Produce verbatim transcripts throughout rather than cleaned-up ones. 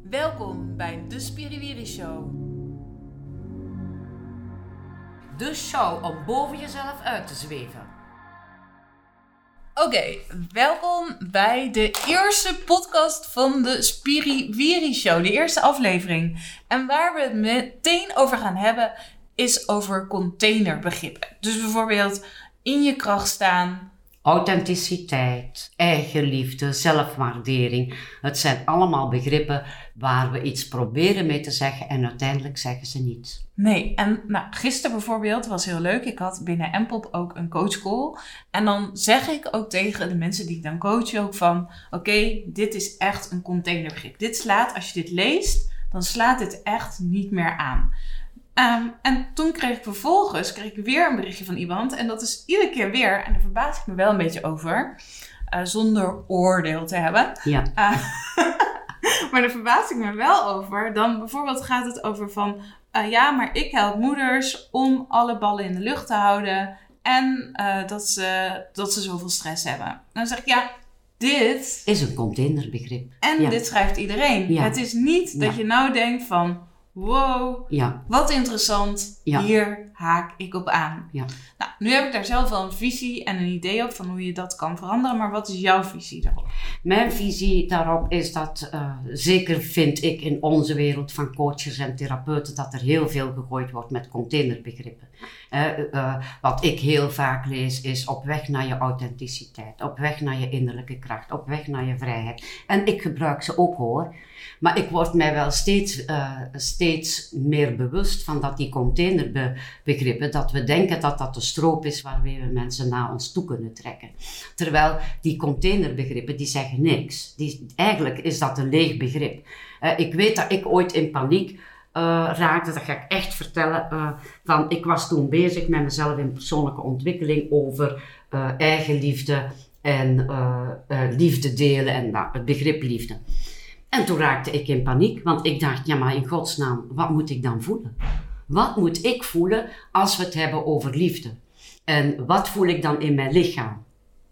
Welkom bij de Spiriwiri Show. De show om boven jezelf uit te zweven. Oké, okay, welkom bij de eerste podcast van de Spiriwiri Show, de eerste aflevering. En waar we het meteen over gaan hebben is over containerbegrippen. Dus bijvoorbeeld in je kracht staan. Authenticiteit, eigenliefde, zelfwaardering. Het zijn allemaal begrippen waar we iets proberen mee te zeggen en uiteindelijk zeggen ze niets. Nee, en nou, gisteren bijvoorbeeld was heel leuk. Ik had binnen M P O P ook een coachcall. En dan zeg ik ook tegen de mensen die ik dan coach ook van... Oké, okay, dit is echt een containerbegrip. Dit slaat, als je dit leest, dan slaat dit echt niet meer aan. Um, en toen kreeg ik vervolgens kreeg ik weer een berichtje van iemand. En dat is iedere keer weer, en daar verbaas ik me wel een beetje over, uh, zonder oordeel te hebben. Ja. Uh, maar daar verbaas ik me wel over. Dan bijvoorbeeld gaat het over van, uh, ja, maar ik help moeders om alle ballen in de lucht te houden. En uh, dat, ze, dat ze zoveel stress hebben. En dan zeg ik, ja, dit is een containerbegrip. En ja. dit schrijft iedereen. Ja. Het is niet dat ja. je nou denkt van... Wow, ja. wat interessant. Ja. Hier haak ik op aan. Ja. Nou, nu heb ik daar zelf wel een visie en een idee op van hoe je dat kan veranderen. Maar wat is jouw visie daarop? Mijn visie daarop is dat, uh, zeker vind ik in onze wereld van coaches en therapeuten, dat er heel veel gegooid wordt met containerbegrippen. Uh, uh, wat ik heel vaak lees is op weg naar je authenticiteit, op weg naar je innerlijke kracht, op weg naar je vrijheid. En ik gebruik ze ook hoor. Maar ik word mij wel steeds, uh, steeds meer bewust van dat die containerbegrippen, dat we denken dat dat de stroop is waarmee we mensen naar ons toe kunnen trekken. Terwijl die containerbegrippen, die zeggen niks. Die, eigenlijk is dat een leeg begrip. Uh, ik weet dat ik ooit in paniek uh, raakte, dat ga ik echt vertellen. Uh, van, ik was toen bezig met mezelf in persoonlijke ontwikkeling over uh, eigenliefde en uh, uh, liefde delen en nou, het begrip liefde. En toen raakte ik in paniek, want ik dacht, ja maar in godsnaam, wat moet ik dan voelen? Wat moet ik voelen als we het hebben over liefde? En wat voel ik dan in mijn lichaam?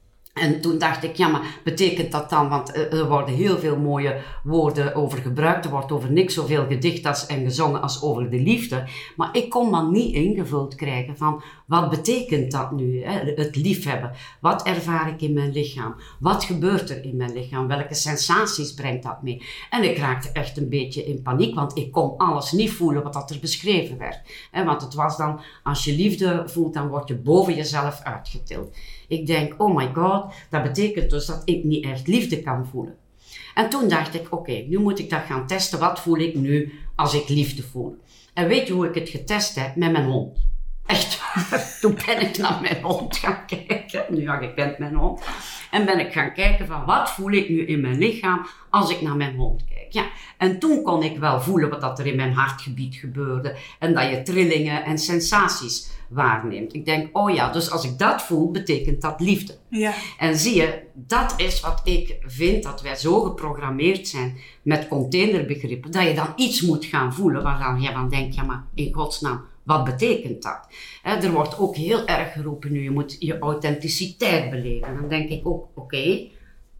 En toen dacht ik, ja maar betekent dat dan, want er worden heel veel mooie woorden over gebruikt, er wordt over niks zoveel gedicht als, en gezongen als over de liefde. Maar ik kon dan niet ingevuld krijgen van, wat betekent dat nu, hè? Het liefhebben? Wat ervaar ik in mijn lichaam? Wat gebeurt er in mijn lichaam? Welke sensaties brengt dat mee? En ik raakte echt een beetje in paniek, want ik kon alles niet voelen wat dat er beschreven werd. Hè? Want het was dan, als je liefde voelt, dan word je boven jezelf uitgetild. Ik denk, oh my god, dat betekent dus dat ik niet echt liefde kan voelen. En toen dacht ik, oké, okay, nu moet ik dat gaan testen. Wat voel ik nu als ik liefde voel? En weet je hoe ik het getest heb? Met mijn hond. Echt, toen ben ik naar mijn hond gaan kijken. Nu ja, ik ben mijn hond. En ben ik gaan kijken van, wat voel ik nu in mijn lichaam als ik naar mijn hond kijk? Ja, en toen kon ik wel voelen wat dat er in mijn hartgebied gebeurde. En dat je trillingen en sensaties waarneemt. Ik denk, oh ja, dus als ik dat voel, betekent dat liefde. Ja. En zie je, dat is wat ik vind, dat wij zo geprogrammeerd zijn met containerbegrippen, dat je dan iets moet gaan voelen, waarvan je dan denkt, ja maar in godsnaam, wat betekent dat? He, er wordt ook heel erg geroepen nu, je moet je authenticiteit beleven. Dan denk ik ook, oké, okay,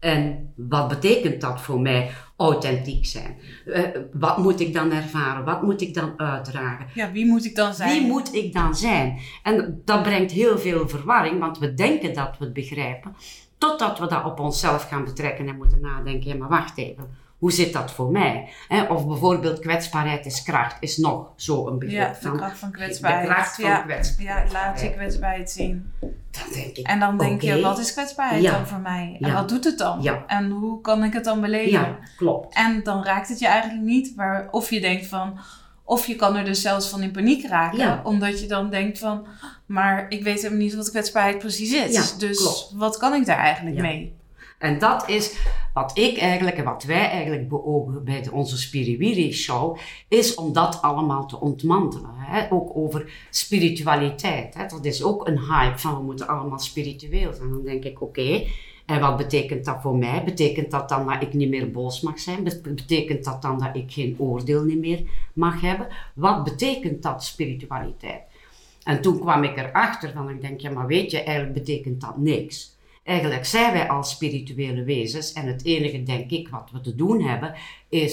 en wat betekent dat voor mij, authentiek zijn? Uh, wat moet ik dan ervaren? Wat moet ik dan uitdragen? Ja, wie moet ik dan zijn? Wie moet ik dan zijn? En dat brengt heel veel verwarring, want we denken dat we het begrijpen, totdat we dat op onszelf gaan betrekken en moeten nadenken, ja maar wacht even. Hoe zit dat voor mij? Of bijvoorbeeld kwetsbaarheid is kracht, is nog zo'n begrip. Ja, de van, kracht van kwetsbaarheid. De kracht van ja, kwetsbaarheid. Ja, laat je kwetsbaarheid zien. Dat denk ik. En dan denk okay. je, wat is kwetsbaarheid ja. dan voor mij? En ja. wat doet het dan? Ja. En hoe kan ik het dan beleven? Ja, klopt. En dan raakt het je eigenlijk niet. Waar, of je denkt van... Of je kan er dus zelfs van in paniek raken. Ja. Omdat je dan denkt van... Maar ik weet helemaal niet wat kwetsbaarheid precies is. Ja, dus klopt. Wat kan ik daar eigenlijk ja. mee? En dat is wat ik eigenlijk en wat wij eigenlijk beogen bij de, onze Spiriwiri Show, is om dat allemaal te ontmantelen. Hè? Ook over spiritualiteit. Hè? Dat is ook een hype van we moeten allemaal spiritueel zijn. Dan denk ik, oké, okay, en wat betekent dat voor mij? Betekent dat dan dat ik niet meer boos mag zijn? Betekent dat dan dat ik geen oordeel niet meer mag hebben? Wat betekent dat spiritualiteit? En toen kwam ik erachter van, ik denk, ja maar weet je, eigenlijk betekent dat niks. Eigenlijk zijn wij als spirituele wezens en het enige, denk ik, wat we te doen hebben, is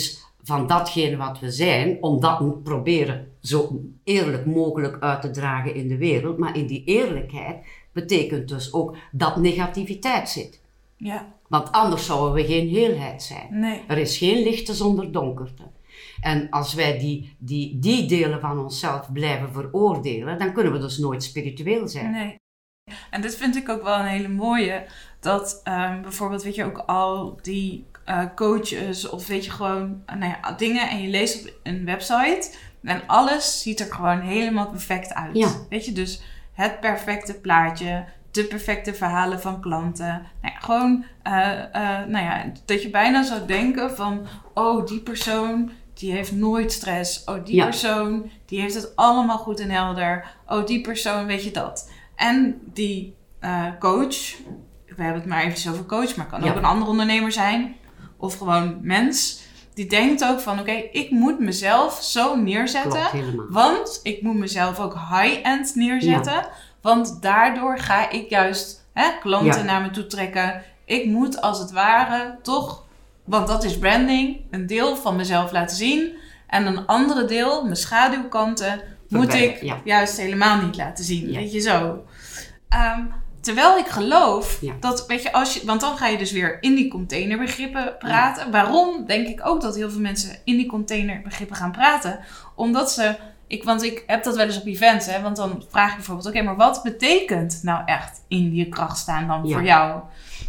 van datgene wat we zijn, om dat proberen zo eerlijk mogelijk uit te dragen in de wereld. Maar in die eerlijkheid betekent dus ook dat negativiteit zit. Ja. Want anders zouden we geen heelheid zijn. Nee. Er is geen lichte zonder donkerte. En als wij die, die, die delen van onszelf blijven veroordelen, dan kunnen we dus nooit spiritueel zijn. Nee. En dit vind ik ook wel een hele mooie. Dat um, bijvoorbeeld, weet je, ook al die uh, coaches of weet je gewoon, uh, nou ja, dingen en je leest op een website en alles ziet er gewoon helemaal perfect uit. Ja. Weet je, dus het perfecte plaatje, de perfecte verhalen van klanten. Nou ja, gewoon, uh, uh, nou ja, dat je bijna zou denken van, oh, die persoon die heeft nooit stress. Oh, die ja. persoon die heeft het allemaal goed en helder. Oh, die persoon, weet je dat. En die uh, coach, we hebben het maar even over coach, maar kan ja. ook een andere ondernemer zijn. Of gewoon mens. Die denkt ook van, oké, okay, ik moet mezelf zo neerzetten. Klopt, want ik moet mezelf ook high-end neerzetten. Ja. Want daardoor ga ik juist hè, klanten ja. naar me toe trekken. Ik moet als het ware toch, want dat is branding, een deel van mezelf laten zien. En een andere deel, mijn schaduwkanten, moet ik ja. juist helemaal niet laten zien. Ja. Weet je zo. Um, terwijl ik geloof ja. dat, weet je, als je, want dan ga je dus weer in die containerbegrippen praten. Ja. Waarom denk ik ook dat heel veel mensen in die containerbegrippen gaan praten? Omdat ze, ik, want ik heb dat wel eens op events, hè, want dan vraag ik bijvoorbeeld, oké, okay, maar wat betekent nou echt in je kracht staan dan ja. voor jou?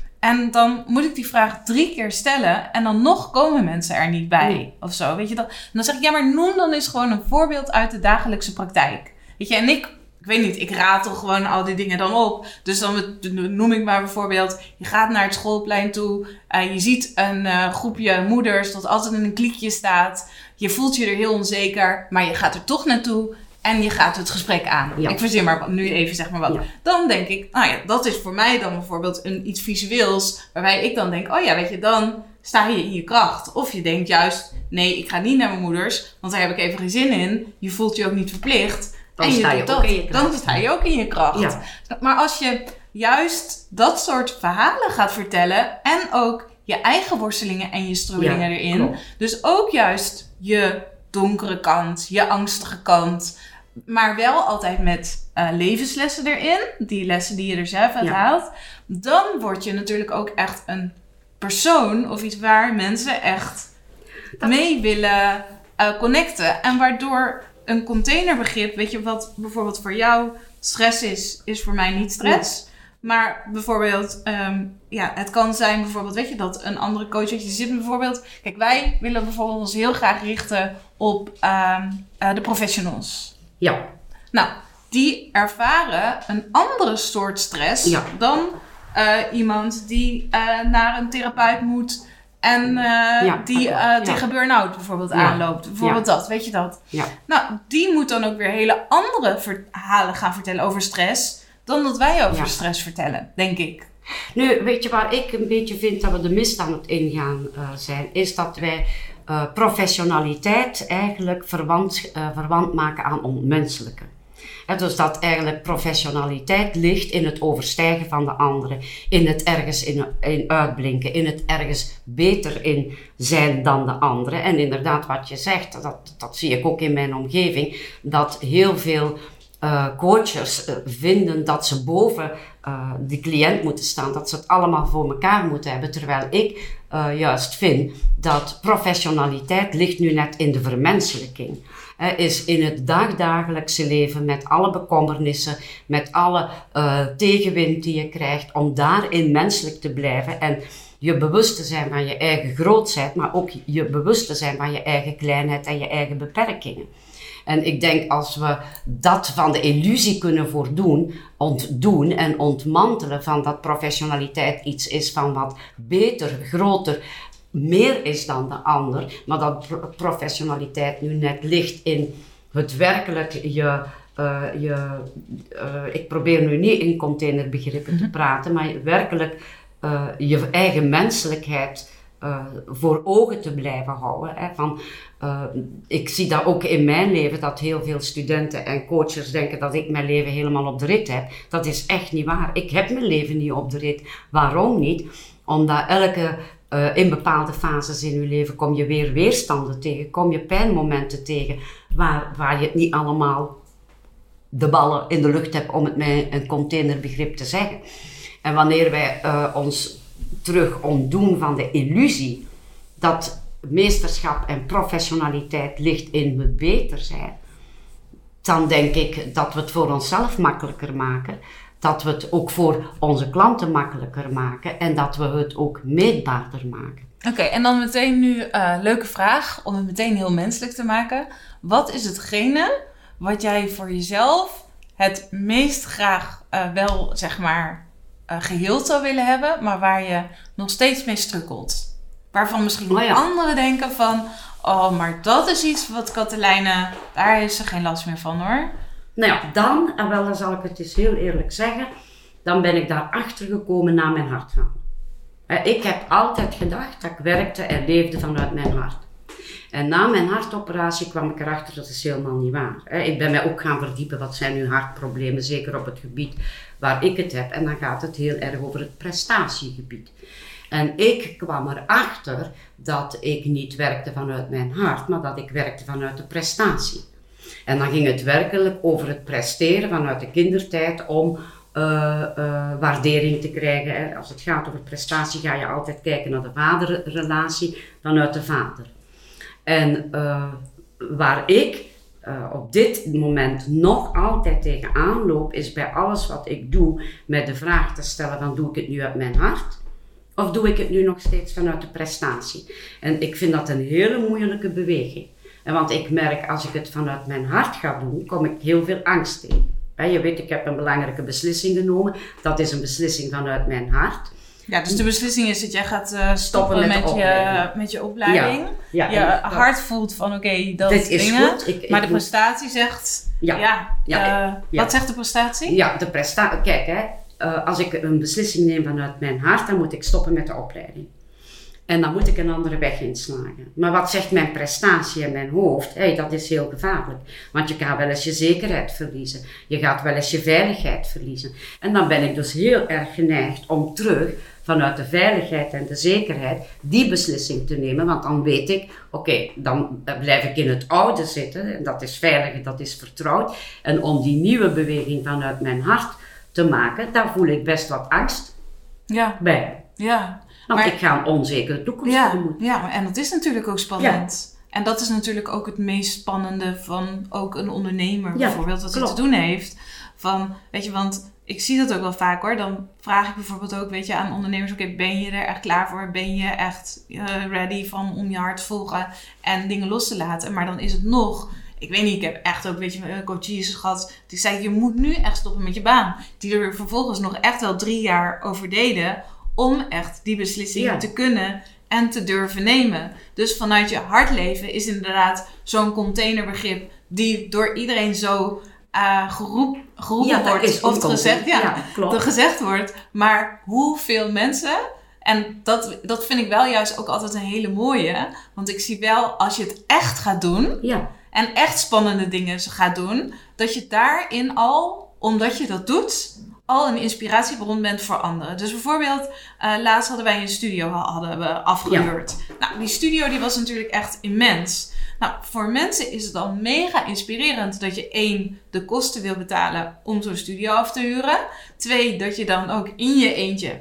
En dan moet ik die vraag drie keer stellen en dan nog komen mensen er niet bij nee. of zo. Weet je dat? En dan zeg ik, ja, maar noem dan eens gewoon een voorbeeld uit de dagelijkse praktijk. Weet je, en ik, ik weet niet, ik ratel gewoon al die dingen dan op. Dus dan noem ik maar bijvoorbeeld, je gaat naar het schoolplein toe, uh, je ziet een uh, groepje moeders dat altijd in een kliekje staat. Je voelt je er heel onzeker, maar je gaat er toch naartoe. En je gaat het gesprek aan. Ja. Ik verzin maar nu even zeg maar wat. Ja. Dan denk ik, nou ja, dat is voor mij dan bijvoorbeeld een iets visueels. Waarbij ik dan denk, oh ja, weet je, dan sta je in je kracht. Of je denkt juist, nee, ik ga niet naar mijn moeders. Want daar heb ik even geen zin in. Je voelt je ook niet verplicht. Dan en je sta je doet ook dat. in je kracht. Dan sta je ook in je kracht. Ja. Maar als je juist dat soort verhalen gaat vertellen. En ook je eigen worstelingen en je stromingen ja, erin. Klopt. Dus ook juist je donkere kant, je angstige kant. Maar wel altijd met uh, levenslessen erin. Die lessen die je er zelf uit ja. haalt. Dan word je natuurlijk ook echt een persoon. Of iets waar mensen echt dat... mee willen uh, connecten. En waardoor een containerbegrip. Weet je wat bijvoorbeeld voor jou stress is. Is voor mij niet stress. Ja. Maar bijvoorbeeld. Um, ja, het kan zijn bijvoorbeeld. Weet je dat een andere coach. Weet je, zit bijvoorbeeld. Kijk, wij willen bijvoorbeeld ons heel graag richten op um, uh, de professionals. Ja. Nou, die ervaren een andere soort stress ja. dan uh, iemand die uh, naar een therapeut moet en uh, ja, die uh, ja. tegen burn-out bijvoorbeeld ja. aanloopt. Bijvoorbeeld ja. dat, weet je dat? Ja. Nou, die moet dan ook weer hele andere verhalen gaan vertellen over stress dan dat wij over ja. stress vertellen, denk ik. Nu, weet je waar ik een beetje vind dat we de mist aan het ingaan uh, zijn, is dat wij Uh, professionaliteit eigenlijk verwant, uh, verwant maken aan onmenselijke. He, dus dat eigenlijk professionaliteit ligt in het overstijgen van de anderen, in het ergens in, in uitblinken, in het ergens beter in zijn dan de anderen. En inderdaad wat je zegt, dat, dat zie ik ook in mijn omgeving, dat heel veel uh, coaches uh, vinden dat ze boven uh, de cliënt moeten staan, dat ze het allemaal voor elkaar moeten hebben, terwijl ik uh, juist vind dat professionaliteit ligt nu net in de vermenselijking. Uh, is in het dagdagelijkse leven met alle bekommernissen, met alle uh, tegenwind die je krijgt, om daarin menselijk te blijven en je bewust te zijn van je eigen grootheid, maar ook je bewust te zijn van je eigen kleinheid en je eigen beperkingen. En ik denk als we dat van de illusie kunnen voordoen, ontdoen en ontmantelen van dat professionaliteit iets is van wat beter, groter, meer is dan de ander, maar dat professionaliteit nu net ligt in het werkelijk je, uh, je uh, ik probeer nu niet in containerbegrippen mm-hmm. te praten, maar werkelijk uh, je eigen menselijkheid uh, voor ogen te blijven houden. Hè, van, uh, ik zie dat ook in mijn leven, dat heel veel studenten en coaches denken dat ik mijn leven helemaal op de rit heb. Dat is echt niet waar. Ik heb mijn leven niet op de rit. Waarom niet? Omdat elke Uh, in bepaalde fases in je leven kom je weer weerstanden tegen, kom je pijnmomenten tegen, waar, waar je het niet allemaal de ballen in de lucht hebt, om het met een containerbegrip te zeggen. En wanneer wij uh, ons terug ontdoen van de illusie dat meesterschap en professionaliteit ligt in het beter zijn, dan denk ik dat we het voor onszelf makkelijker maken, dat we het ook voor onze klanten makkelijker maken en dat we het ook meetbaarder maken. Oké, okay, en dan meteen nu een uh, leuke vraag om het meteen heel menselijk te maken. Wat is hetgene wat jij voor jezelf het meest graag uh, wel, zeg maar, uh, geheeld zou willen hebben, maar waar je nog steeds mee strukkelt? Waarvan misschien oh ja. anderen denken van, oh, maar dat is iets wat Katelijne, daar heeft ze geen last meer van hoor. Nou ja, dan, en wel dan zal ik het eens heel eerlijk zeggen, dan ben ik daarachter gekomen na mijn hartfalen. Ik heb altijd gedacht dat ik werkte en leefde vanuit mijn hart. En na mijn hartoperatie kwam ik erachter, dat is helemaal niet waar. Ik ben mij ook gaan verdiepen, wat zijn nu hartproblemen, zeker op het gebied waar ik het heb. En dan gaat het heel erg over het prestatiegebied. En ik kwam erachter dat ik niet werkte vanuit mijn hart, maar dat ik werkte vanuit de prestatie. En dan ging het werkelijk over het presteren vanuit de kindertijd om uh, uh, waardering te krijgen. Hè. Als het gaat over prestatie ga je altijd kijken naar de vaderrelatie vanuit de vader. En uh, waar ik uh, op dit moment nog altijd tegenaan loop, is bij alles wat ik doe met de vraag te stellen van, doe ik het nu uit mijn hart? Of doe ik het nu nog steeds vanuit de prestatie? En ik vind dat een hele moeilijke beweging. En want ik merk, als ik het vanuit mijn hart ga doen, kom ik heel veel angst tegen. Je weet, ik heb een belangrijke beslissing genomen. Dat is een beslissing vanuit mijn hart. Ja, dus de beslissing is dat jij gaat uh, stoppen met, met, je, met je opleiding. Ja, ja, je hart dat, voelt van, oké, okay, dat is dingen. Goed. Ik, maar ik de prestatie zegt, ja, ja, ja, uh, ja. Wat zegt de prestatie? Ja, de prestatie, kijk hè. Uh, als ik een beslissing neem vanuit mijn hart, dan moet ik stoppen met de opleiding. En dan moet ik een andere weg inslagen. Maar wat zegt mijn prestatie in mijn hoofd? Hey, dat is heel gevaarlijk. Want je kan wel eens je zekerheid verliezen. Je gaat wel eens je veiligheid verliezen. En dan ben ik dus heel erg geneigd om terug vanuit de veiligheid en de zekerheid die beslissing te nemen. Want dan weet ik, oké, okay, dan blijf ik in het oude zitten. En dat is veilig, dat is vertrouwd. En om die nieuwe beweging vanuit mijn hart te maken, daar voel ik best wat angst ja. bij. Ja. Want maar, ik ga een onzekere toekomst ja, tegemoet. Ja, en dat is natuurlijk ook spannend. Ja. En dat is natuurlijk ook het meest spannende van ook een ondernemer ja, bijvoorbeeld, wat hij te doen heeft. Van, weet je, want ik zie dat ook wel vaak hoor. Dan vraag ik bijvoorbeeld ook, weet je, aan ondernemers, oké, okay, ben je er echt klaar voor? Ben je echt uh, ready van om je hart te volgen en dingen los te laten? Maar dan is het nog... Ik weet niet, ik heb echt ook, weet je, coaches gehad die zei, je moet nu echt stoppen met je baan. Die er vervolgens nog echt wel drie jaar over deden om echt die beslissingen ja. te kunnen en te durven nemen. Dus vanuit je hart leven is inderdaad zo'n containerbegrip die door iedereen zo uh, geroep, geroepen ja, wordt. Of gezegd, ja, ja, klopt. gezegd wordt. Maar hoeveel mensen... En dat, dat vind ik wel juist ook altijd een hele mooie. Want ik zie wel, als je het echt gaat doen... Ja. En echt spannende dingen gaat doen, dat je daarin al, omdat je dat doet, al een inspiratiebron bent voor anderen. Dus bijvoorbeeld, uh, laatst hadden wij een studio hadden we afgehuurd. Ja. Nou, die studio die was natuurlijk echt immens. Nou, voor mensen is het al mega inspirerend dat je één, de kosten wil betalen om zo'n studio af te huren. Twee, dat je dan ook in je eentje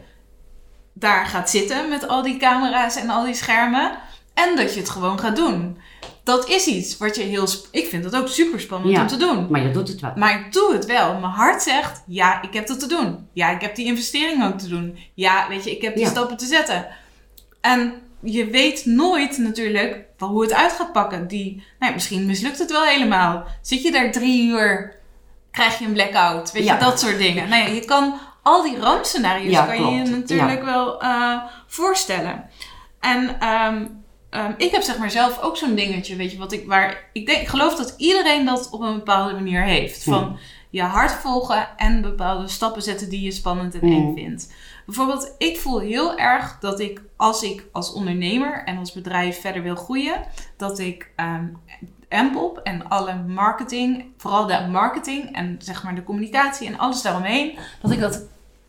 daar gaat zitten met al die camera's en al die schermen. En dat je het gewoon gaat doen. Dat is iets wat je heel... Sp- ik vind dat ook super spannend ja, om te doen. Maar je doet het wel. Maar ik doe het wel. Mijn hart zegt, ja, ik heb dat te doen. Ja, ik heb die investering ook te doen. Ja, weet je, ik heb die ja. stappen te zetten. En je weet nooit natuurlijk hoe het uit gaat pakken. Die, nou, misschien mislukt het wel helemaal. Zit je daar drie uur, krijg je een blackout. Weet ja. je, dat soort dingen. Nou ja, je kan al die rampscenario's ja, kan klopt. je natuurlijk ja. wel uh, voorstellen. En... Um, Um, ik heb zeg maar zelf ook zo'n dingetje, weet je, wat ik, waar ik denk, ik geloof dat iedereen dat op een bepaalde manier heeft. Van mm. je hart volgen en bepaalde stappen zetten die je spannend en eng mm. vindt. Bijvoorbeeld, ik voel heel erg dat ik, als ik als ondernemer en als bedrijf verder wil groeien, dat ik um, Mpop en alle marketing, vooral de marketing en zeg maar de communicatie en alles daaromheen, dat ik dat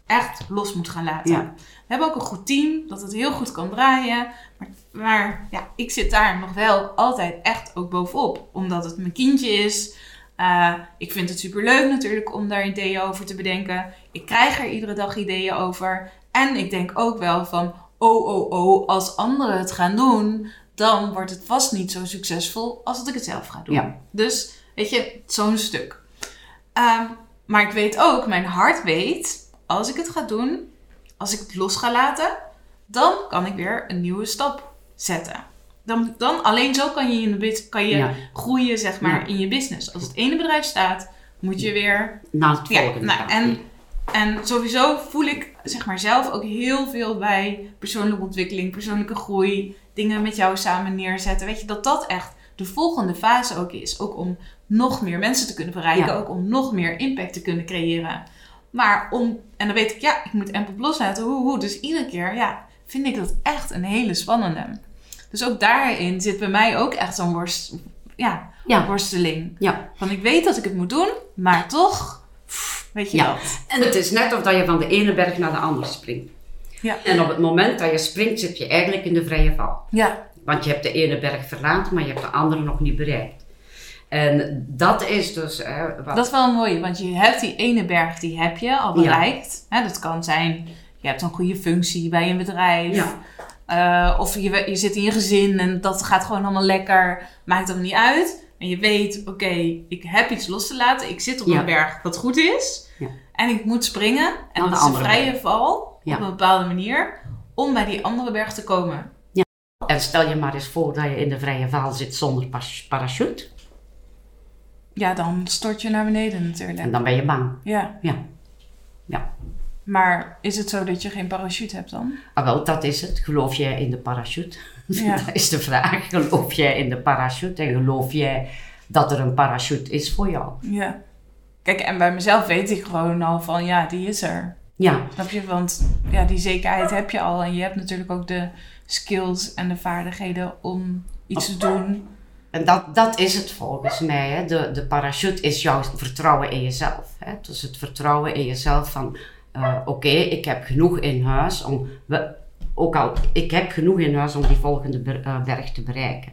echt los moet gaan laten. Ja. We hebben ook een goed team, dat het heel goed kan draaien. Maar, maar ja, ik zit daar nog wel altijd echt ook bovenop. Omdat het mijn kindje is. Uh, ik vind het superleuk natuurlijk om daar ideeën over te bedenken. Ik krijg er iedere dag ideeën over. En ik denk ook wel van, oh, oh, oh, als anderen het gaan doen, dan wordt het vast niet zo succesvol als dat ik het zelf ga doen. Ja. Dus, weet je, zo'n stuk. Um, maar ik weet ook, mijn hart weet, als ik het ga doen, als ik het los ga laten, dan kan ik weer een nieuwe stap zetten. Dan, dan alleen zo kan je, in de, kan je ja. groeien, zeg maar, ja. in je business. Als het ene bedrijf staat, moet je weer naar het volgende. Ja, nou, en, en sowieso voel ik, zeg maar, zelf ook heel veel bij persoonlijke ontwikkeling, persoonlijke groei, dingen met jou samen neerzetten. Weet je, dat dat echt de volgende fase ook is. Ook om nog meer mensen te kunnen bereiken, ja. ook om nog meer impact te kunnen creëren. Maar om, en dan weet ik, ja, ik moet Empop loslaten, hoe, hoe. Dus iedere keer, ja, vind ik dat echt een hele spannende. Dus ook daarin zit bij mij ook echt zo'n worst, ja, ja. worsteling. Ja. Want ik weet dat ik het moet doen, maar toch, pff, weet je ja. dat. En het is net of dat je van de ene berg naar de andere springt. Ja. En op het moment dat je springt, zit je eigenlijk in de vrije val. Ja. Want je hebt de ene berg verlaten, maar je hebt de andere nog niet bereikt. En dat is dus... Uh, wat... Dat is wel mooi, want je hebt die ene berg, die heb je al bereikt. Ja. Dat kan zijn, je hebt een goede functie bij een bedrijf. Ja. Uh, of je, je zit in je gezin en dat gaat gewoon allemaal lekker. Maakt het niet uit. En je weet, oké, okay, ik heb iets los te laten. Ik zit op ja. een berg wat goed is. Ja. En ik moet springen. En dat is een vrije berg. val, ja. op een bepaalde manier, om bij die andere berg te komen. Ja. En stel je maar eens voor dat je in de vrije val zit zonder parachute. Ja, dan stort je naar beneden natuurlijk. En dan ben je bang. Ja. Ja. Ja. Maar is het zo dat je geen parachute hebt dan? Ah, wel, dat is het. Geloof jij in de parachute? Ja. Dat is de vraag. Geloof jij in de parachute? En geloof jij dat er een parachute is voor jou? Ja. Kijk, en bij mezelf weet ik gewoon al van, ja, die is er. Ja. Snap je? Want ja, die zekerheid heb je al. En je hebt natuurlijk ook de skills en de vaardigheden om iets te doen. En dat, dat is het volgens mij. Hè. De, de parachute is jouw vertrouwen in jezelf. Hè. Dus het vertrouwen in jezelf van... Uh, Oké, okay, ik heb genoeg in huis om... We, ook al, ik heb genoeg in huis om die volgende ber, uh, berg te bereiken.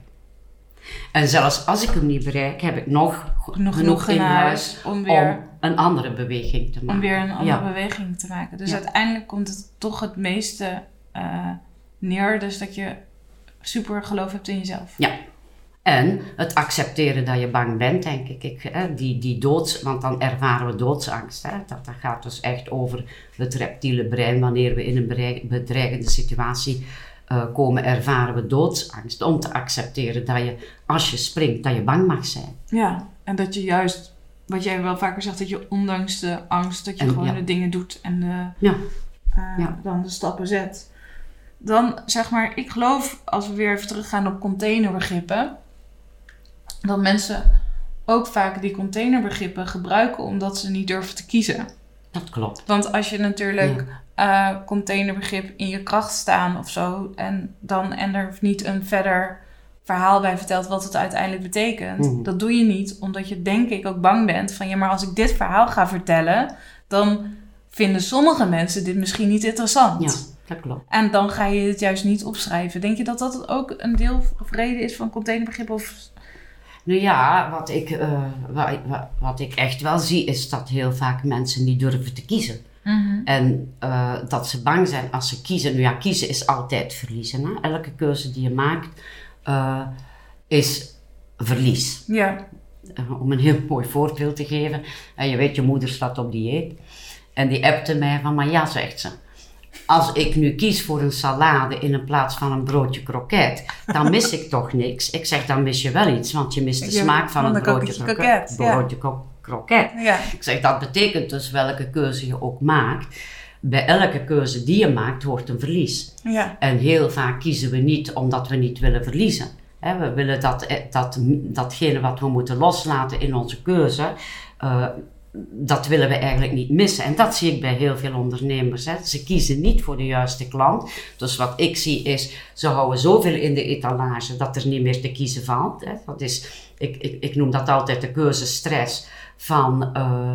En zelfs als ik hem niet bereik, heb ik nog genoeg, genoeg in huis om, weer, om een andere beweging te maken. Om weer een andere ja. beweging te maken. Dus ja. uiteindelijk komt het toch het meeste uh, neer. Dus dat je super geloof hebt in jezelf. Ja. En het accepteren dat je bang bent, denk ik. ik hè, die, die doods, want dan ervaren we doodsangst. Hè. Dat, dat gaat dus echt over het reptiele brein. Wanneer we in een bedreigende situatie uh, komen, ervaren we doodsangst. Om te accepteren dat je, als je springt, dat je bang mag zijn. Ja, en dat je juist, wat jij wel vaker zegt, dat je ondanks de angst, dat je en, gewoon ja. de dingen doet en de, ja. Uh, ja. dan de stappen zet. Dan zeg maar, ik geloof, als we weer even teruggaan op containerbegrippen, dat mensen ook vaak die containerbegrippen gebruiken omdat ze niet durven te kiezen. Dat klopt. Want als je natuurlijk ja. uh, containerbegrip in je kracht staan of zo, en dan en er niet een verder verhaal bij vertelt wat het uiteindelijk betekent. Mm-hmm. Dat doe je niet, omdat je denk ik ook bang bent van ja, maar als ik dit verhaal ga vertellen, dan vinden sommige mensen dit misschien niet interessant. Ja, dat klopt. En dan ga je het juist niet opschrijven. Denk je dat dat ook een deel of reden is van containerbegrip of... Nou ja, wat ik, uh, wat, wat ik echt wel zie is dat heel vaak mensen niet durven te kiezen. Mm-hmm. En uh, dat ze bang zijn als ze kiezen. Nou ja, kiezen is altijd verliezen. Hè? Elke keuze die je maakt uh, is verlies. Ja. Uh, om een heel mooi voorbeeld te geven. Uh, je weet, je moeder staat op dieet. En die appte mij van, maar ja, zegt ze. Als ik nu kies voor een salade in plaats van een broodje kroket, dan mis ik toch niks. Ik zeg, dan mis je wel iets, want je mist de ja, smaak van een broodje kroket. Broodje ja. kroket. Ja. Ik zeg, dat betekent dus welke keuze je ook maakt. Bij elke keuze die je maakt, hoort een verlies. Ja. En heel vaak kiezen we niet omdat we niet willen verliezen. He, we willen dat, dat, datgene wat we moeten loslaten in onze keuze... Uh, dat willen we eigenlijk niet missen. En dat zie ik bij heel veel ondernemers. Hè. Ze kiezen niet voor de juiste klant. Dus wat ik zie is, ze houden zoveel in de etalage dat er niet meer te kiezen valt. Hè. Dat is, ik, ik, ik noem dat altijd de keuzestress van... Uh,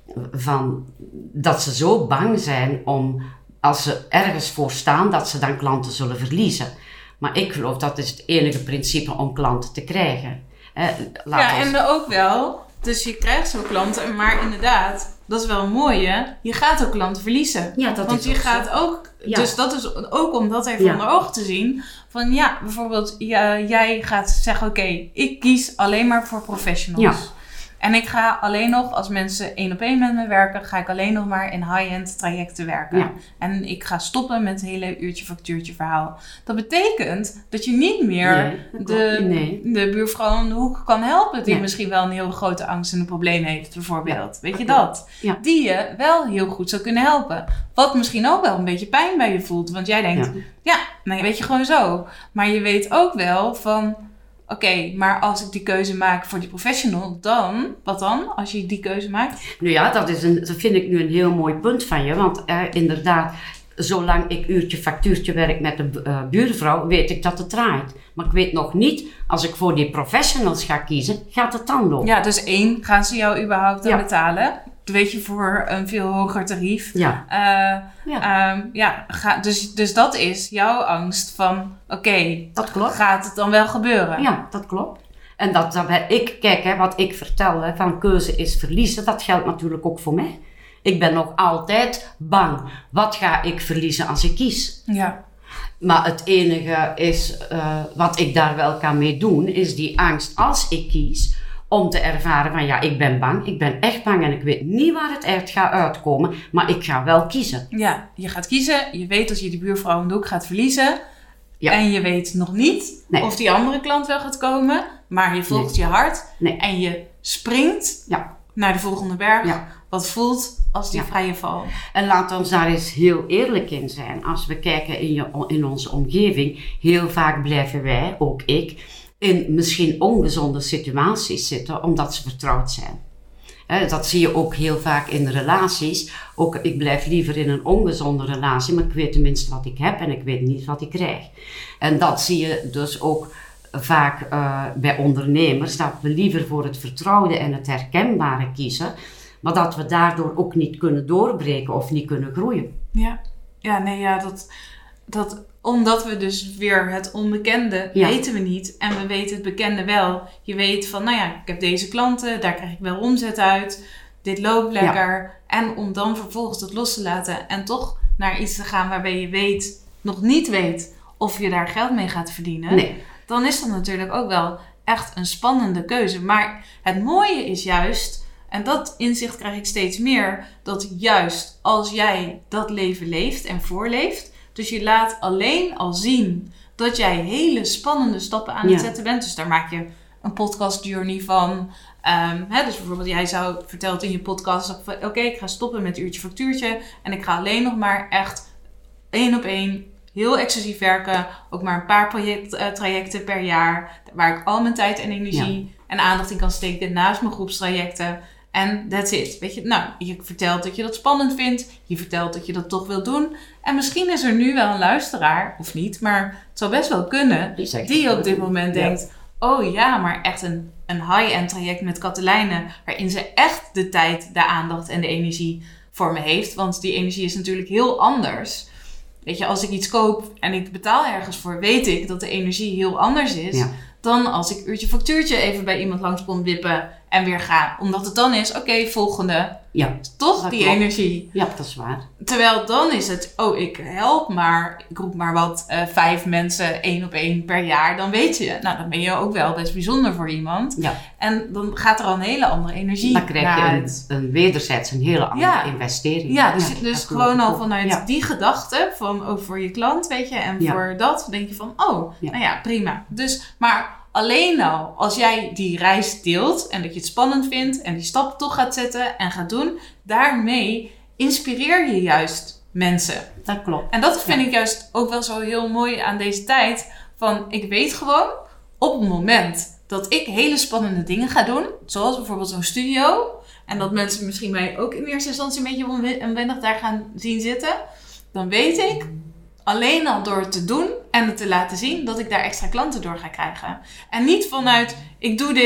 van dat ze zo bang zijn om, als ze ergens voor staan, dat ze dan klanten zullen verliezen. Maar ik geloof dat is het enige principe om klanten te krijgen. Eh, laat ja, ons... en ook wel. Dus je krijgt zo klanten, maar inderdaad, dat is wel een mooie. Je gaat ook klanten verliezen. Ja, dat Want is je ook gaat zo. ook, Ja. dus dat is ook om dat even Ja. onder ogen te zien. Van ja, bijvoorbeeld, ja, jij gaat zeggen, oké, okay, ik kies alleen maar voor professionals. Ja. En ik ga alleen nog, als mensen één op één met me werken, ga ik alleen nog maar in high-end trajecten werken. Ja. En ik ga stoppen met het hele uurtje factuurtje verhaal. Dat betekent dat je niet meer Nee, de, nee. de buurvrouw om de hoek kan helpen. Die Nee. misschien wel een heel grote angst en een probleem heeft, bijvoorbeeld. Weet je dat? Ja. Die je wel heel goed zou kunnen helpen. Wat misschien ook wel een beetje pijn bij je voelt. Want jij denkt, ja, ja nee, weet je gewoon zo. Maar je weet ook wel van... Oké, okay, maar als ik die keuze maak voor die professional, dan, wat dan, als je die keuze maakt? Nou ja, dat, is een, dat vind ik nu een heel mooi punt van je. Want eh, inderdaad, zolang ik uurtje factuurtje werk met de uh, buurvrouw, weet ik dat het draait. Maar ik weet nog niet, als ik voor die professionals ga kiezen, gaat het dan lopen. Ja, dus één, gaan ze jou überhaupt dan ja. betalen? Weet je, voor een veel hoger tarief. Ja. Uh, ja. Um, ja ga, dus, dus dat is jouw angst van, oké, okay, gaat het dan wel gebeuren? Ja, dat klopt. En dat, dat ik, kijk, hè, wat ik vertel, hè, van keuze is verliezen, dat geldt natuurlijk ook voor mij. Ik ben nog altijd bang. Wat ga ik verliezen als ik kies? Ja. Maar het enige is, uh, wat ik daar wel kan mee doen, is die angst als ik kies, om te ervaren van ja, ik ben bang, ik ben echt bang en ik weet niet waar het echt gaat uitkomen, maar ik ga wel kiezen. Ja, je gaat kiezen, je weet dat je die buurvrouw om de hoek gaat verliezen. Ja. En je weet nog niet nee. of die andere klant wel gaat komen, maar je volgt nee. je hart nee. en je springt ja. naar de volgende berg. Ja. Wat voelt als die ja. vrije val. En laat ons daar eens heel eerlijk in zijn. Als we kijken in, je, in onze omgeving, heel vaak blijven wij, ook ik, in misschien ongezonde situaties zitten, omdat ze vertrouwd zijn. He, dat zie je ook heel vaak in relaties. Ook ik blijf liever in een ongezonde relatie, maar ik weet tenminste wat ik heb en ik weet niet wat ik krijg. En dat zie je dus ook vaak uh, bij ondernemers, dat we liever voor het vertrouwde en het herkenbare kiezen, maar dat we daardoor ook niet kunnen doorbreken of niet kunnen groeien. Ja, ja nee, ja, dat... dat omdat we dus weer het onbekende ja. weten we niet. En we weten het bekende wel. Je weet van, nou ja, ik heb deze klanten. Daar krijg ik wel omzet uit. Dit loopt lekker. Ja. En om dan vervolgens dat los te laten. En toch naar iets te gaan waarbij je weet, nog niet weet of je daar geld mee gaat verdienen. Nee. Dan is dat natuurlijk ook wel echt een spannende keuze. Maar het mooie is juist, en dat inzicht krijg ik steeds meer, dat juist als jij dat leven leeft en voorleeft, dus je laat alleen al zien dat jij hele spannende stappen aan het ja. zetten bent. Dus daar maak je een podcast journey van. Um, hè, dus bijvoorbeeld jij zou vertelt in je podcast, oké, okay, ik ga stoppen met uurtje factuurtje. En ik ga alleen nog maar echt één op één heel exclusief werken. Ook maar een paar project, uh, trajecten per jaar. Waar ik al mijn tijd en energie ja. en aandacht in kan steken naast mijn groepstrajecten. En that's it. Weet je, nou, je vertelt dat je dat spannend vindt. Je vertelt dat je dat toch wilt doen. En misschien is er nu wel een luisteraar, of niet, maar het zou best wel kunnen, die, die op dit moment ja. denkt, oh ja, maar echt een, een high-end traject met Katelijne, waarin ze echt de tijd, de aandacht en de energie voor me heeft. Want die energie is natuurlijk heel anders. Weet je, als ik iets koop en ik betaal ergens voor, weet ik dat de energie heel anders is ja. dan als ik uurtje factuurtje even bij iemand langs kon wippen en weer ga. Omdat het dan is, oké, okay, volgende. Ja. Toch die klopt. Energie. Ja, dat is waar. Terwijl dan is het, oh, ik help maar, ik roep maar wat, uh, vijf mensen één op één per jaar. Dan weet je, nou, dan ben je ook wel best bijzonder voor iemand. Ja. En dan gaat er al een hele andere energie dan krijg je uit. een, een wederzijds een hele andere ja. investering. Ja, dus, ja, dus gewoon al vanuit ja. die gedachte van, oh, voor je klant, weet je, en ja. voor dat denk je van, oh, ja. nou ja, prima. Dus, maar alleen al als jij die reis deelt en dat je het spannend vindt en die stappen toch gaat zetten en gaat doen, daarmee inspireer je juist mensen. Dat klopt. En dat vind ja. ik juist ook wel zo heel mooi aan deze tijd. Van, ik weet gewoon, op het moment dat ik hele spannende dingen ga doen, zoals bijvoorbeeld zo'n studio, en dat mensen misschien mij ook in eerste instantie een beetje onwennig daar gaan zien zitten, dan weet ik, alleen al door het te doen en het te laten zien, dat ik daar extra klanten door ga krijgen. En niet vanuit, ik doe dit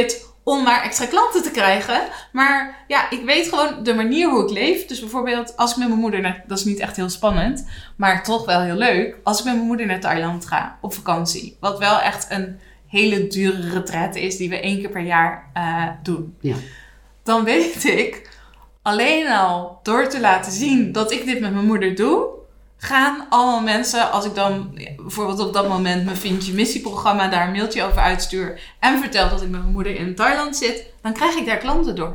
om maar extra klanten te krijgen. Maar ja, ik weet gewoon de manier hoe ik leef. Dus bijvoorbeeld als ik met mijn moeder naar... Dat is niet echt heel spannend, maar toch wel heel leuk. Als ik met mijn moeder naar Thailand ga op vakantie. Wat wel echt een hele dure retraite is die we één keer per jaar uh, doen. Ja. Dan weet ik, alleen al door te laten zien dat ik dit met mijn moeder doe... gaan allemaal mensen, als ik dan bijvoorbeeld op dat moment mijn Vind je Missie-programma daar een mailtje over uitstuur en vertel dat ik met mijn moeder in Thailand zit, dan krijg ik daar klanten door.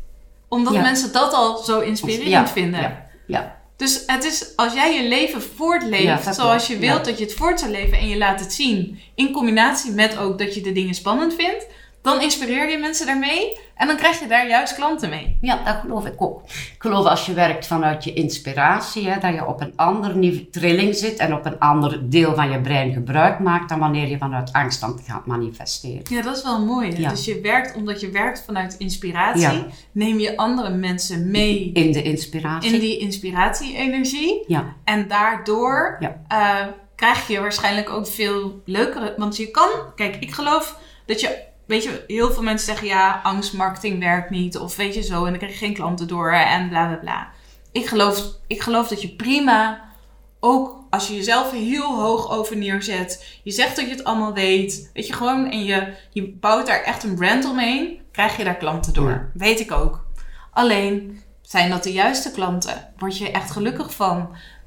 Omdat ja. mensen dat al zo inspirerend ja. vinden. Ja. Ja. Dus het is, als jij je leven voortleeft ja, zoals je wilt ja. dat je het voort zou leven en je laat het zien, in combinatie met ook dat je de dingen spannend vindt, dan inspireer je mensen daarmee en dan krijg je daar juist klanten mee. Ja, dat geloof ik ook. Ik geloof als je werkt vanuit je inspiratie, hè, dat je op een andere niveau, trilling zit en op een ander deel van je brein gebruik maakt dan wanneer je vanuit angst dan gaat manifesteren. Ja, dat is wel mooi. Ja. Dus je werkt, omdat je werkt vanuit inspiratie, ja. neem je andere mensen mee in de inspiratie. In die inspiratie-energie. Ja. En daardoor ja. uh, krijg je waarschijnlijk ook veel leukere... Want je kan... Kijk, ik geloof dat je... Weet je, heel veel mensen zeggen ja, angstmarketing werkt niet. Of weet je zo, en dan krijg je geen klanten door en bla bla bla. Ik geloof, ik geloof dat je prima, ook als je jezelf heel hoog over neerzet. Je zegt dat je het allemaal weet. Weet je, gewoon en je, je bouwt daar echt een brand omheen. Krijg je daar klanten door. Ja. Weet ik ook. Alleen, zijn dat de juiste klanten? Word je echt gelukkig van?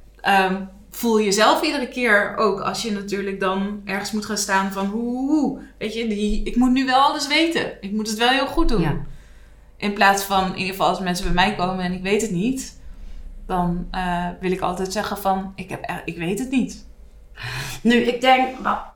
Um, Voel je jezelf iedere keer ook als je natuurlijk dan ergens moet gaan staan van hoe, hoe weet je, die, ik moet nu wel alles weten. Ik moet het wel heel goed doen. Ja. In plaats van, in ieder geval als mensen bij mij komen en ik weet het niet, dan uh, wil ik altijd zeggen van, ik, heb, ik weet het niet. Nu, ik denk,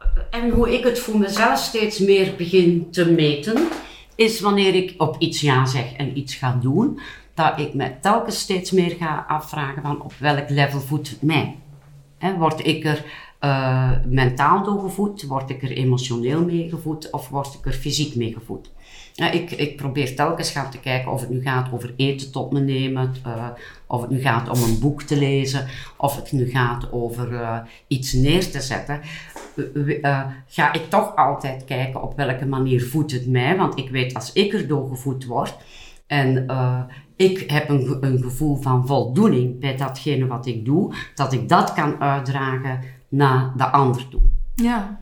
en hoe ik het voor mezelf steeds meer begin te meten, is wanneer ik op iets ja zeg en iets ga doen, dat ik me telkens steeds meer ga afvragen van op welk level voedt het mij. He, word ik er uh, mentaal door gevoed? Word ik er emotioneel mee gevoed? Of word ik er fysiek mee gevoed? Uh, ik, ik probeer telkens gaan te kijken of het nu gaat over eten tot me nemen. Uh, of het nu gaat om een boek te lezen. Of het nu gaat over uh, iets neer te zetten. Uh, uh, ga ik toch altijd kijken op welke manier voedt het mij. Want ik weet als ik er door gevoed word. En uh, ik heb een, een gevoel van voldoening bij datgene wat ik doe, dat ik dat kan uitdragen naar de ander toe. Ja.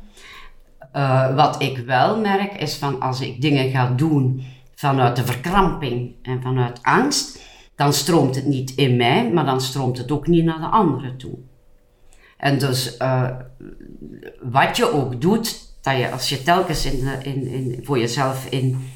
Uh, wat ik wel merk is van als ik dingen ga doen vanuit de verkramping en vanuit angst, dan stroomt het niet in mij, maar dan stroomt het ook niet naar de anderen toe. En dus uh, wat je ook doet, dat je als je telkens in, in, in, voor jezelf in...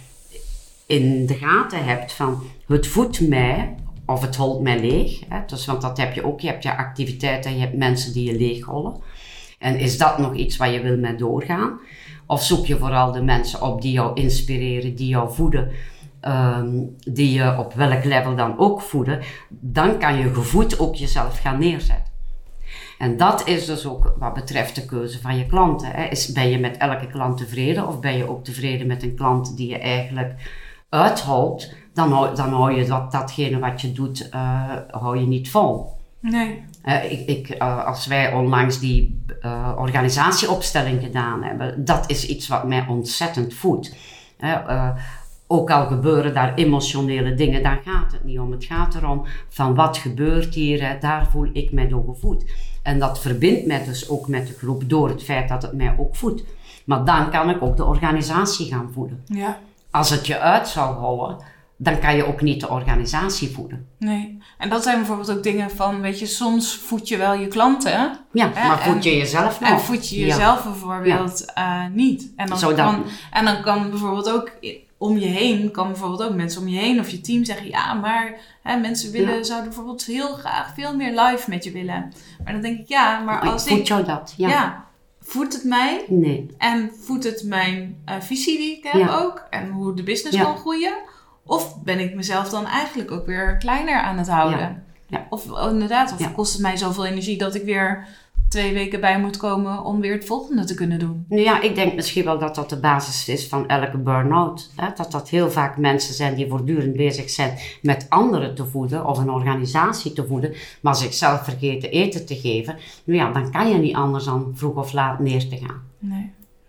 in de gaten hebt van het voedt mij of het holt mij leeg. Hè? Dus, want dat heb je ook. Je hebt je activiteiten en je hebt mensen die je leeghollen. En is dat nog iets waar je wil mee doorgaan? Of zoek je vooral de mensen op die jou inspireren, die jou voeden, um, die je op welk level dan ook voeden. Dan kan je gevoed ook jezelf gaan neerzetten. En dat is dus ook wat betreft de keuze van je klanten. Hè? Is, ben je met elke klant tevreden of ben je ook tevreden met een klant die je eigenlijk uitholt, dan hou, dan hou je dat, datgene wat je doet, uh, hou je niet vol. Nee. Uh, ik, ik, uh, als wij onlangs die uh, organisatieopstelling gedaan hebben, dat is iets wat mij ontzettend voedt. Uh, uh, ook al gebeuren daar emotionele dingen, daar gaat het niet om. Het gaat erom van wat gebeurt hier, hè, daar voel ik mij door gevoed. En dat verbindt mij dus ook met de groep door het feit dat het mij ook voedt. Maar dan kan ik ook de organisatie gaan voeden. Ja. Als het je uit zou hollen, dan kan je ook niet de organisatie voeden. Nee. En dat zijn bijvoorbeeld ook dingen van, weet je, soms voed je wel je klanten. Ja, hè? maar voed je en, jezelf nog? En voed je jezelf ja. bijvoorbeeld ja. uh, niet. En dan, Zodat... kan, en dan kan bijvoorbeeld ook om je heen, kan bijvoorbeeld ook mensen om je heen of je team zeggen, ja, maar hè, mensen willen, ja. zouden bijvoorbeeld heel graag veel meer live met je willen. Maar dan denk ik, ja, maar als ik... Voed ik... jou dat? Ja. ja. Voedt het mij? Nee. En voedt het mijn uh, visie die ik heb ja. ook? En hoe de business ja. kan groeien? Of ben ik mezelf dan eigenlijk ook weer kleiner aan het houden? Ja. Ja. Of inderdaad, of ja. kost het mij zoveel energie dat ik weer twee weken bij moet komen om weer het volgende te kunnen doen? Nou ja, ik denk misschien wel dat dat de basis is van elke burn-out. Hè? Dat dat heel vaak mensen zijn die voortdurend bezig zijn met anderen te voeden of een organisatie te voeden, maar zichzelf vergeten eten te geven. Nou ja, dan kan je niet anders dan vroeg of laat neer te gaan. Nee.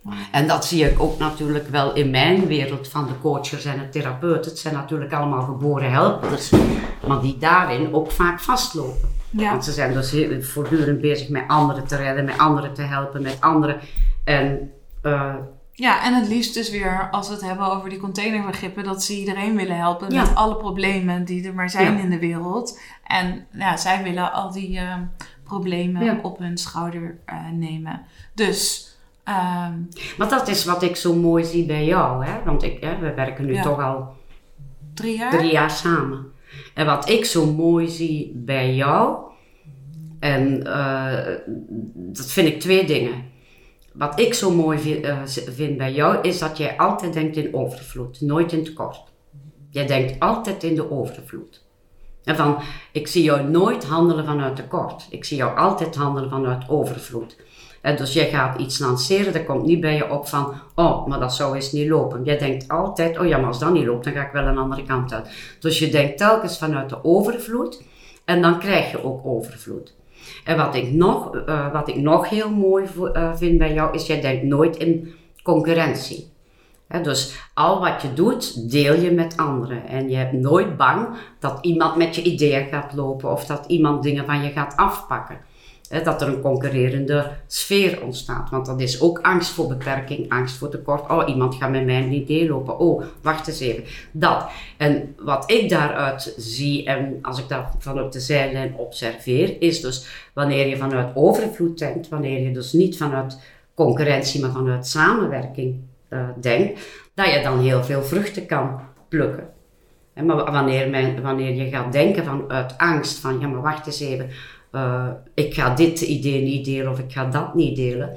En dat zie ik ook natuurlijk wel in mijn wereld van de coaches en de therapeuten. Het zijn natuurlijk allemaal geboren helpers, maar die daarin ook vaak vastlopen. Ja. Want ze zijn dus heel, voortdurend bezig met anderen te redden, met anderen te helpen, met anderen. En, uh, ja, en het liefst dus weer, als we het hebben over die containerbegrippen, dat ze iedereen willen helpen ja. met alle problemen die er maar zijn ja. in de wereld. En ja, zij willen al die uh, problemen ja. op hun schouder uh, nemen. Dus... Um, maar dat is wat ik zo mooi zie bij jou, hè? Want ik, hè, we werken nu ja. toch al drie jaar? drie jaar samen. En wat ik zo mooi zie bij jou, en uh, dat vind ik twee dingen. Wat ik zo mooi vind, uh, vind bij jou, is dat jij altijd denkt in overvloed, nooit in tekort. Jij denkt altijd in de overvloed. En van, ik zie jou nooit handelen vanuit tekort. Ik zie jou altijd handelen vanuit overvloed. En dus jij gaat iets lanceren, dat komt niet bij je op van, oh, maar dat zou eens niet lopen. Jij denkt altijd, oh ja, maar als dat niet loopt, dan ga ik wel een andere kant uit. Dus je denkt telkens vanuit de overvloed en dan krijg je ook overvloed. En wat ik nog, uh, wat ik nog heel mooi uh, vind bij jou, is jij denkt nooit in concurrentie. He, dus al wat je doet, deel je met anderen. En je hebt nooit bang dat iemand met je ideeën gaat lopen of dat iemand dingen van je gaat afpakken. He, dat er een concurrerende sfeer ontstaat. Want dat is ook angst voor beperking, angst voor tekort. Oh, iemand gaat met mijn idee lopen. Oh, wacht eens even. Dat. En wat ik daaruit zie, en als ik dat vanuit de zijlijn observeer, is dus wanneer je vanuit overvloed denkt, wanneer je dus niet vanuit concurrentie, maar vanuit samenwerking uh, denkt, dat je dan heel veel vruchten kan plukken. He, maar wanneer, men, wanneer je gaat denken vanuit angst, van ja, maar wacht eens even, Uh, ik ga dit idee niet delen of ik ga dat niet delen,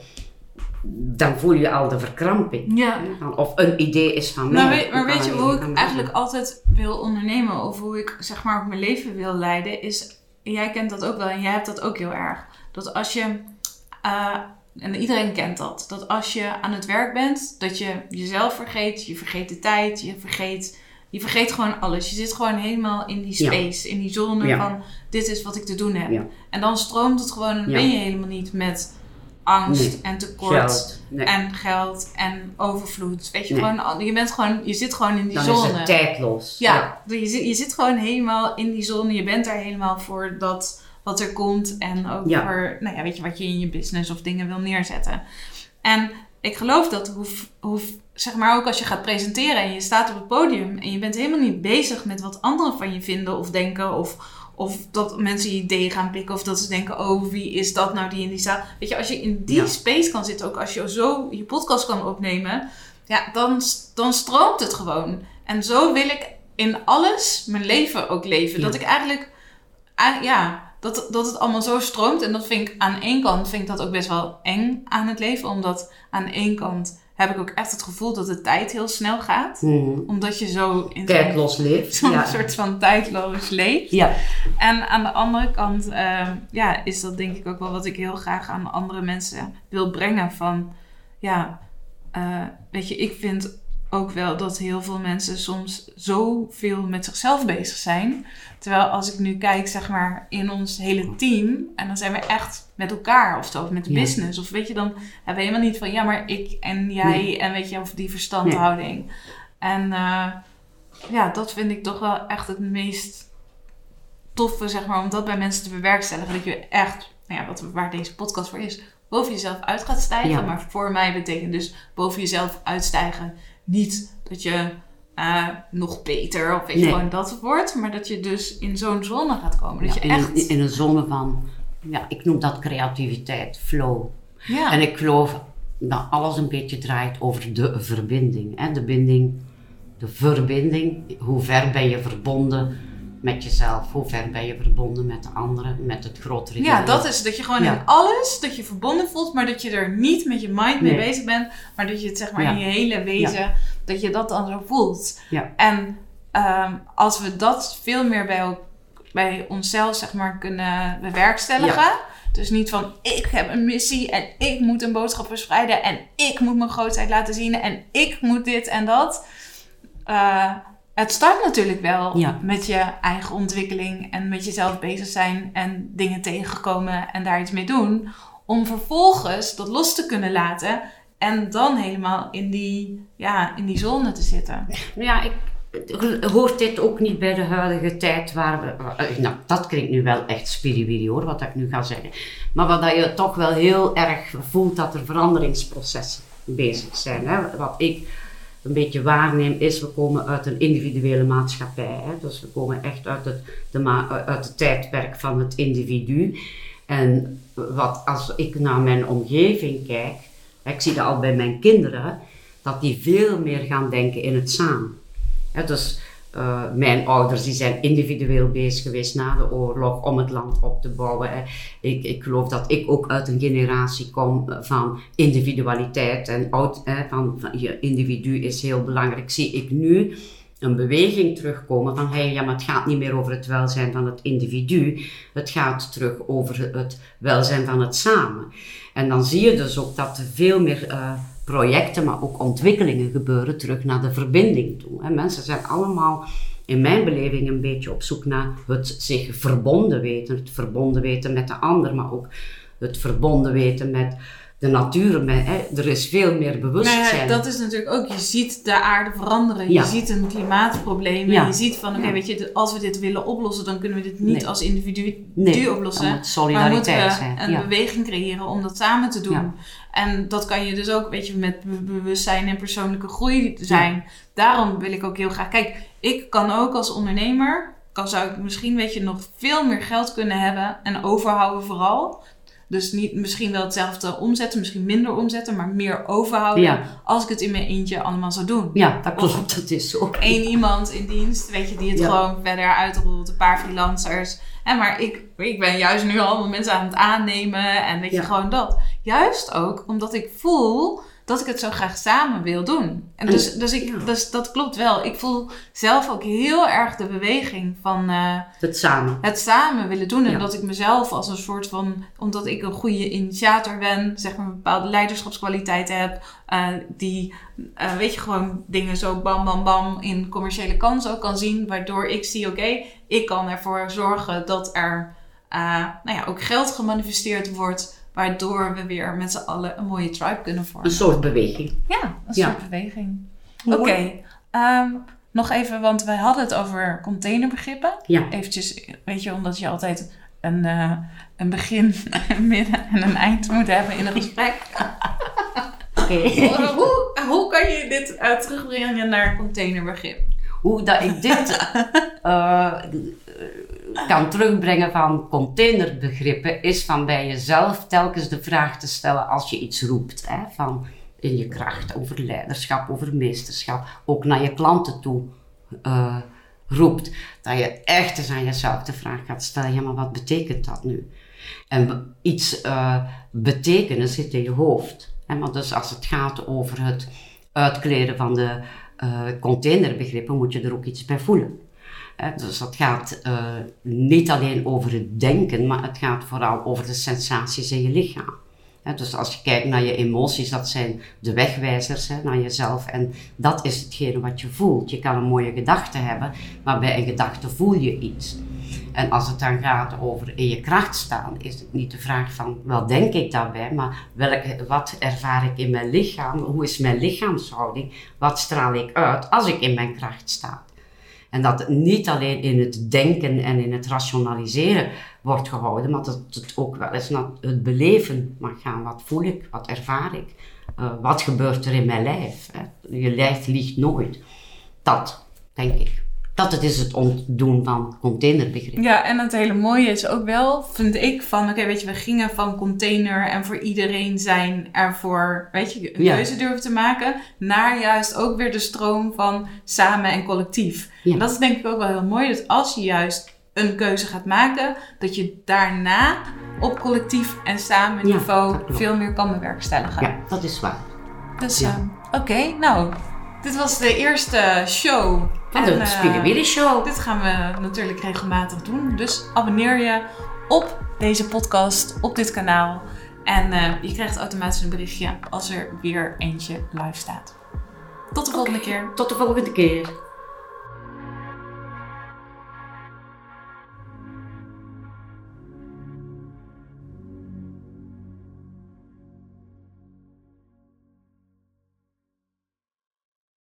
dan voel je al de verkramping. Ja. Of een idee is van mij. Maar weet, maar weet je hoe ik eigenlijk altijd wil ondernemen of hoe ik zeg maar ook mijn leven wil leiden is, jij kent dat ook wel en jij hebt dat ook heel erg, dat als je, uh, en iedereen kent dat, dat als je aan het werk bent, dat je jezelf vergeet, je vergeet de tijd, je vergeet... Je vergeet gewoon alles. Je zit gewoon helemaal in die space, ja. in die zone ja. van dit is wat ik te doen heb. Ja. En dan stroomt het gewoon en dan ja. ben je helemaal niet met angst nee. en tekort geld. Nee. en geld en overvloed. Weet je, nee. gewoon, je bent gewoon, je zit gewoon in die dan zone. Dan is het tijdlos. Ja, ja. Je, zit, je zit gewoon helemaal in die zone. Je bent daar helemaal voor dat wat er komt en ook ja. voor, nou ja, weet je, wat je in je business of dingen wil neerzetten. En ik geloof dat hoe, hoe, zeg maar ook als je gaat presenteren en je staat op het podium en je bent helemaal niet bezig met wat anderen van je vinden of denken of, of dat mensen je ideeën gaan pikken of dat ze denken, oh, wie is dat nou die in die zaal. Weet je, als je in die ja. space kan zitten, ook als je zo je podcast kan opnemen, ja, dan, dan stroomt het gewoon. En zo wil ik in alles mijn leven ook leven. Ja. Dat ik eigenlijk, ja... Dat, dat het allemaal zo stroomt. En dat vind ik aan één kant vind ik dat ook best wel eng aan het leven. Omdat aan één kant heb ik ook echt het gevoel dat de tijd heel snel gaat. Mm. Omdat je zo in tijdloos leeft. Zo'n ja. soort van tijdloos leeft. Ja. En aan de andere kant uh, ja, is dat denk ik ook wel wat ik heel graag aan andere mensen wil brengen. Van ja, uh, weet je, ik vind ook wel dat heel veel mensen soms zoveel met zichzelf bezig zijn. Terwijl als ik nu kijk, zeg maar, in ons hele team, en dan zijn we echt met elkaar of zo, of met de ja. business. Of weet je, dan hebben we helemaal niet van, ja, maar ik en jij, nee. en weet je, of die verstandhouding. Nee. En uh, ja, dat vind ik toch wel echt het meest toffe, zeg maar, om dat bij mensen te bewerkstelligen. Dat je echt, nou ja, wat, waar deze podcast voor is, boven jezelf uit gaat stijgen. Ja. Maar voor mij betekent dus boven jezelf uitstijgen niet dat je uh, nog beter of weet je nee. gewoon dat wordt, maar dat je dus in zo'n zone gaat komen. Dat ja, je in, echt... in, in een zone van, ja, ik noem dat creativiteit, flow. Ja. En ik geloof dat alles een beetje draait over de verbinding. Hè? De binding, de verbinding. Hoe ver ben je verbonden met jezelf? Hoe ver ben je verbonden met de anderen, met het grotere Ja, deel. Dat is dat je gewoon ja. in alles, dat je verbonden voelt, maar dat je er niet met je mind mee nee. bezig bent, maar dat je het zeg maar ja. in je hele wezen, ja. dat je dat dan zo voelt. Ja. En um, als we dat veel meer bij, bij onszelf zeg maar kunnen bewerkstelligen, ja. dus niet van ik heb een missie en ik moet een boodschap verspreiden en ik moet mijn grootheid laten zien en ik moet dit en dat. Uh, Het start natuurlijk wel ja. met je eigen ontwikkeling en met jezelf bezig zijn en dingen tegenkomen en daar iets mee doen. Om vervolgens dat los te kunnen laten En dan helemaal in die, ja, in die zone te zitten. Nou ja, ik, hoort dit ook niet bij de huidige tijd waar we... Nou, dat klinkt nu wel echt spiriwiri hoor, wat ik nu ga zeggen. Maar wat dat je toch wel heel erg voelt dat er veranderingsprocessen bezig zijn. Hè? Wat ik een beetje waarneem is, we komen uit een individuele maatschappij. Hè? Dus we komen echt uit het, de ma- uit het tijdperk van het individu. En wat als ik naar mijn omgeving kijk, ik zie dat al bij mijn kinderen, dat die veel meer gaan denken in het samen. Ja, dus uh, mijn ouders die zijn individueel bezig geweest na de oorlog om het land op te bouwen. Hè. Ik, ik geloof dat ik ook uit een generatie kom van individualiteit en oud, hè, van, van je individu is heel belangrijk. Zie ik nu een beweging terugkomen van hey, ja, maar het gaat niet meer over het welzijn van het individu, het gaat terug over het welzijn van het samen. En dan zie je dus ook dat er veel meer uh, projecten, maar ook ontwikkelingen gebeuren terug naar de verbinding toe. En mensen zijn allemaal in mijn beleving een beetje op zoek naar het zich verbonden weten, het verbonden weten met de ander, maar ook het verbonden weten met de natuur. Met, hè, er is veel meer bewustzijn. Nou ja, dat is natuurlijk ook, je ziet de aarde veranderen, ja. je ziet een klimaatprobleem, ja. je ziet van, oké, okay, ja. weet je, als we dit willen oplossen, dan kunnen we dit niet nee. als individu nee, oplossen. Dan moet solidariteit maar zijn. moeten we een ja. beweging creëren om dat samen te doen. Ja. En dat kan je dus ook, weet je, met be- bewustzijn en persoonlijke groei zijn. Ja. Daarom wil ik ook heel graag, kijk, ik kan ook als ondernemer, kan, zou ik misschien, weet je, nog veel meer geld kunnen hebben en overhouden vooral. Dus niet misschien wel hetzelfde omzetten, misschien minder omzetten, maar meer overhouden ja. als ik het in mijn eentje allemaal zou doen. Ja, dat klopt, dat is zo. Eén iemand in dienst, weet je, die het ja. gewoon verder uitrolt, een paar freelancers. En maar ik, ik ben juist nu allemaal mensen aan het aannemen en weet je, ja. gewoon dat. Juist ook omdat ik voel dat ik het zo graag samen wil doen. En dus, dus, ik, ja. dus dat klopt wel. Ik voel zelf ook heel erg de beweging van uh, het samen. Het samen willen doen. En ja. dat ik mezelf als een soort van, omdat ik een goede initiator ben, zeg maar een bepaalde leiderschapskwaliteiten heb, uh, die, uh, weet je, gewoon dingen zo bam bam bam in commerciële kansen ook kan zien, waardoor ik zie, oké, okay, ik kan ervoor zorgen dat er uh, nou ja, ook geld gemanifesteerd wordt, waardoor we weer met z'n allen een mooie tribe kunnen vormen. Een soort beweging. Ja, een ja. soort beweging. Oké, okay. um, nog even, want wij hadden het over containerbegrippen. Ja. Eventjes, weet je, omdat je altijd een, uh, een begin, een midden en een eind moet hebben in een gesprek. Oké. Okay. hoe, hoe kan je dit uh, terugbrengen naar containerbegrip? Hoe dat ik dit uh, kan terugbrengen van containerbegrippen is van bij jezelf telkens de vraag te stellen als je iets roept. Hè, van in je kracht, over leiderschap, over meesterschap, ook naar je klanten toe uh, roept. Dat je echt eens aan jezelf de vraag gaat stellen, ja maar wat betekent dat nu? En iets uh, betekenen zit in je hoofd. Hè, maar dus als het gaat over het uitkleden van de uh, containerbegrippen, moet je er ook iets bij voelen. Uh, dus dat gaat uh, niet alleen over het denken, maar het gaat vooral over de sensaties in je lichaam. Uh, dus als je kijkt naar je emoties, dat zijn de wegwijzers hè, naar jezelf. En dat is hetgene wat je voelt. Je kan een mooie gedachte hebben, maar bij een gedachte voel je iets. En als het dan gaat over in je kracht staan, is het niet de vraag van, wel denk ik daarbij, maar welke, wat ervaar ik in mijn lichaam? Hoe is mijn lichaamshouding? Wat straal ik uit als ik in mijn kracht sta? En dat het niet alleen in het denken en in het rationaliseren wordt gehouden, maar dat het ook wel eens naar het beleven mag gaan. Wat voel ik? Wat ervaar ik? Uh, wat gebeurt er in mijn lijf? Hè? Je lijf liegt nooit. Dat, denk ik. Dat het is het ontdoen van containerbegrip. Ja, en het hele mooie is ook wel, vind ik, van oké, okay, weet je, we gingen van container en voor iedereen zijn ervoor, weet je, een ja. keuze durven te maken, naar juist ook weer de stroom van samen en collectief. Ja. En dat is denk ik ook wel heel mooi, dat als je juist een keuze gaat maken, dat je daarna op collectief en samen niveau ja, veel meer kan bewerkstelligen. Ja, dat is waar. Dus ja. uh, oké, okay, nou, dit was de eerste show. Van de uh, Spiriwiri Show. Dit gaan we natuurlijk regelmatig doen. Dus abonneer je op deze podcast, op dit kanaal. En uh, je krijgt automatisch een berichtje als er weer eentje live staat. Tot de volgende okay. keer. Tot de volgende keer.